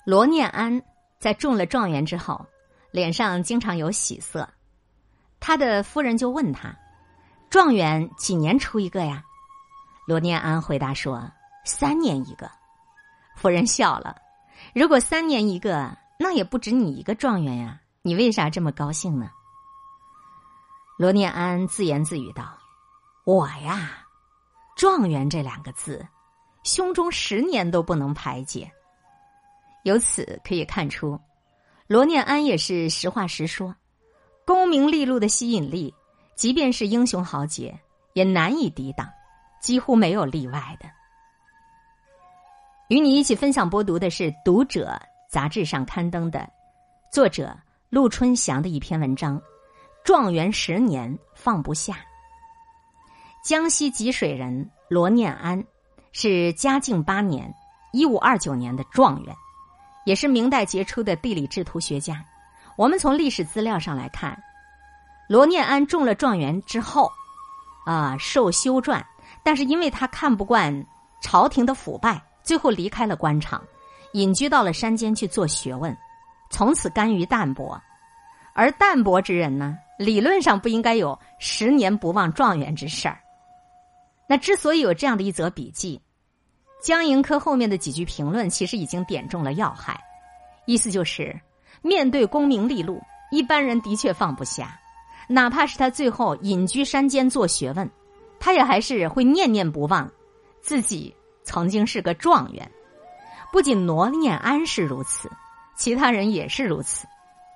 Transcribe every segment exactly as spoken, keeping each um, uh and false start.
罗念安在中了状元之后，脸上经常有喜色。他的夫人就问他，状元几年出一个呀？罗念安回答说，三年一个。夫人笑了，如果三年一个，那也不止你一个状元呀，你为啥这么高兴呢？罗念安自言自语道，我呀，状元这两个字，胸中十年都不能排解。由此可以看出，罗念安也是实话实说，功名利禄的吸引力，即便是英雄豪杰也难以抵挡，几乎没有例外的。与你一起分享播读的是《读者》杂志上刊登的作者陆春祥的一篇文章，状元十年放不下。江西吉水人罗念安是嘉靖八年一五二九年的状元，也是明代杰出的地理制图学家。我们从历史资料上来看，罗念安中了状元之后啊，受修撰，但是因为他看不惯朝廷的腐败，最后离开了官场，隐居到了山间去做学问，从此甘于淡泊。而淡泊之人呢，理论上不应该有十年不忘状元之事儿。那之所以有这样的一则笔记，江盈科后面的几句评论其实已经点中了要害，意思就是面对功名利禄，一般人的确放不下，哪怕是他最后隐居山间做学问，他也还是会念念不忘自己曾经是个状元。不仅罗念安是如此，其他人也是如此。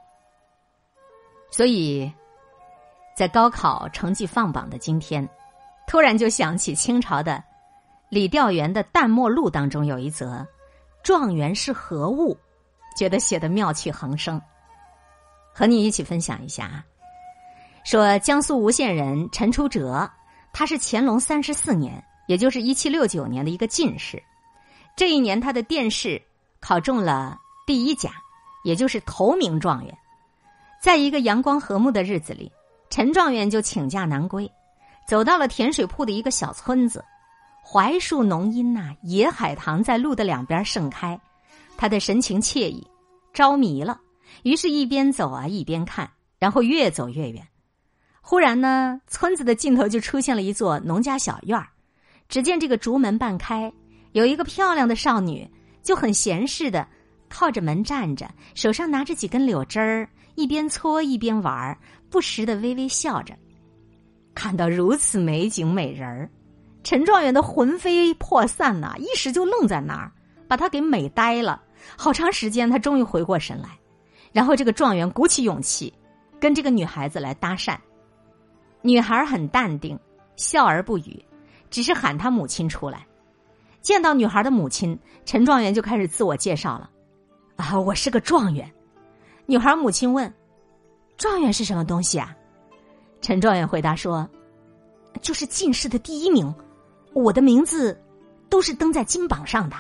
所以在高考成绩放榜的今天，突然就想起清朝的李调元的《淡墨录》当中有一则状元是何物，觉得写得妙趣横生，和你一起分享一下啊。说江苏吴县人陈初哲，他是乾隆三十四年，也就是一七六九年的一个进士。这一年他的殿试考中了第一甲，也就是头名状元。在一个阳光和睦的日子里，陈状元就请假南归，走到了甜水铺的一个小村子。槐树浓荫呐、啊，野海棠在路的两边盛开，他的神情惬意，着迷了，于是一边走啊一边看，然后越走越远。忽然呢，村子的尽头就出现了一座农家小院儿，只见这个竹门半开，有一个漂亮的少女，就很闲适的靠着门站着，手上拿着几根柳枝儿，一边搓一边玩，不时的微微笑着。看到如此美景美人儿，陈状元的魂飞魄散呐、啊，一时就愣在那儿，把他给美呆了。好长时间，他终于回过神来，然后这个状元鼓起勇气，跟这个女孩子来搭讪。女孩很淡定，笑而不语，只是喊他母亲出来。见到女孩的母亲，陈状元就开始自我介绍了。啊，我是个状元。女孩母亲问，状元是什么东西啊？陈状元回答说，就是进士的第一名，我的名字都是登在金榜上的。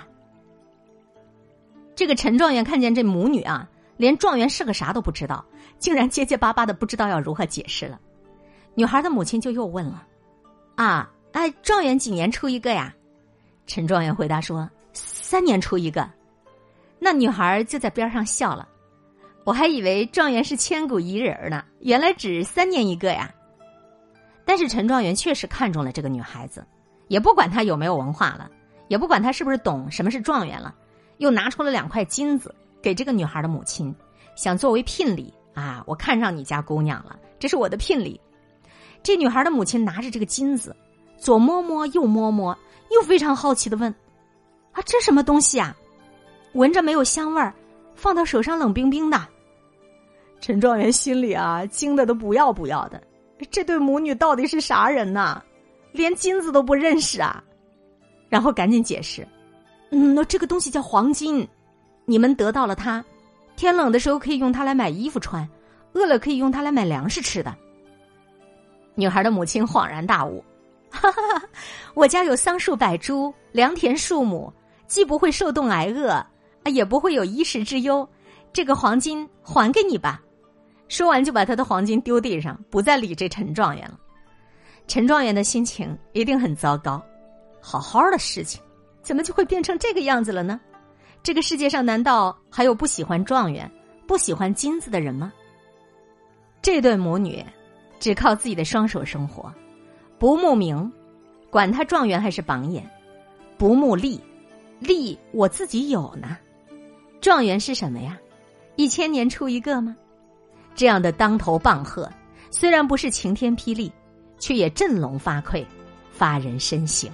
这个陈状元看见这母女啊，连状元是个啥都不知道，竟然结结巴巴的不知道要如何解释了。女孩的母亲就又问了，啊，哎，状元几年出一个呀？陈状元回答说，三年出一个。那女孩就在边上笑了，我还以为状元是千古一人呢，原来只三年一个呀。但是陈状元确实看中了这个女孩子，也不管她有没有文化了，也不管她是不是懂什么是状元了，又拿出了两块金子给这个女孩的母亲，想作为聘礼啊，我看上你家姑娘了，这是我的聘礼。这女孩的母亲拿着这个金子，左摸摸右摸摸，又非常好奇地问，啊，这什么东西啊？闻着没有香味儿，放到手上冷冰冰的。陈状元心里啊惊得都不要不要的，这对母女到底是啥人呐？连金子都不认识啊！然后赶紧解释，嗯，那这个东西叫黄金，你们得到了它，天冷的时候可以用它来买衣服穿，饿了可以用它来买粮食吃的。女孩的母亲恍然大悟，哈哈哈，我家有桑树百株，良田数亩，既不会受冻挨饿，也不会有衣食之忧，这个黄金还给你吧。说完就把他的黄金丢地上，不再理这陈状元了。陈状元的心情一定很糟糕，好好的事情怎么就会变成这个样子了呢？ 这个世界上难道还有不喜欢状元、不喜欢金子的人吗？这对母女只靠自己的双手生活，不慕名，管他状元还是榜眼；不慕利，利我自己有呢。状元是什么呀？一千年出一个吗？这样的当头棒喝，虽然不是晴天霹雳，却也振聋发聩，发人深省。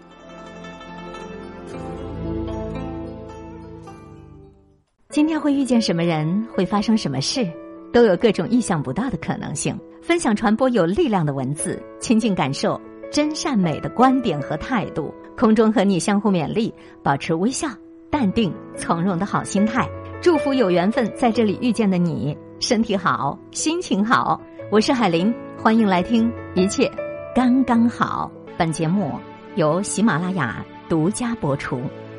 今天会遇见什么人，会发生什么事，都有各种意想不到的可能性。分享传播有力量的文字，亲近感受真善美的观点和态度。空中和你相互勉励，保持微笑、淡定、从容的好心态。祝福有缘分在这里遇见的你，身体好，心情好。我是海玲，欢迎来听一切刚刚好。本节目由喜马拉雅独家播出。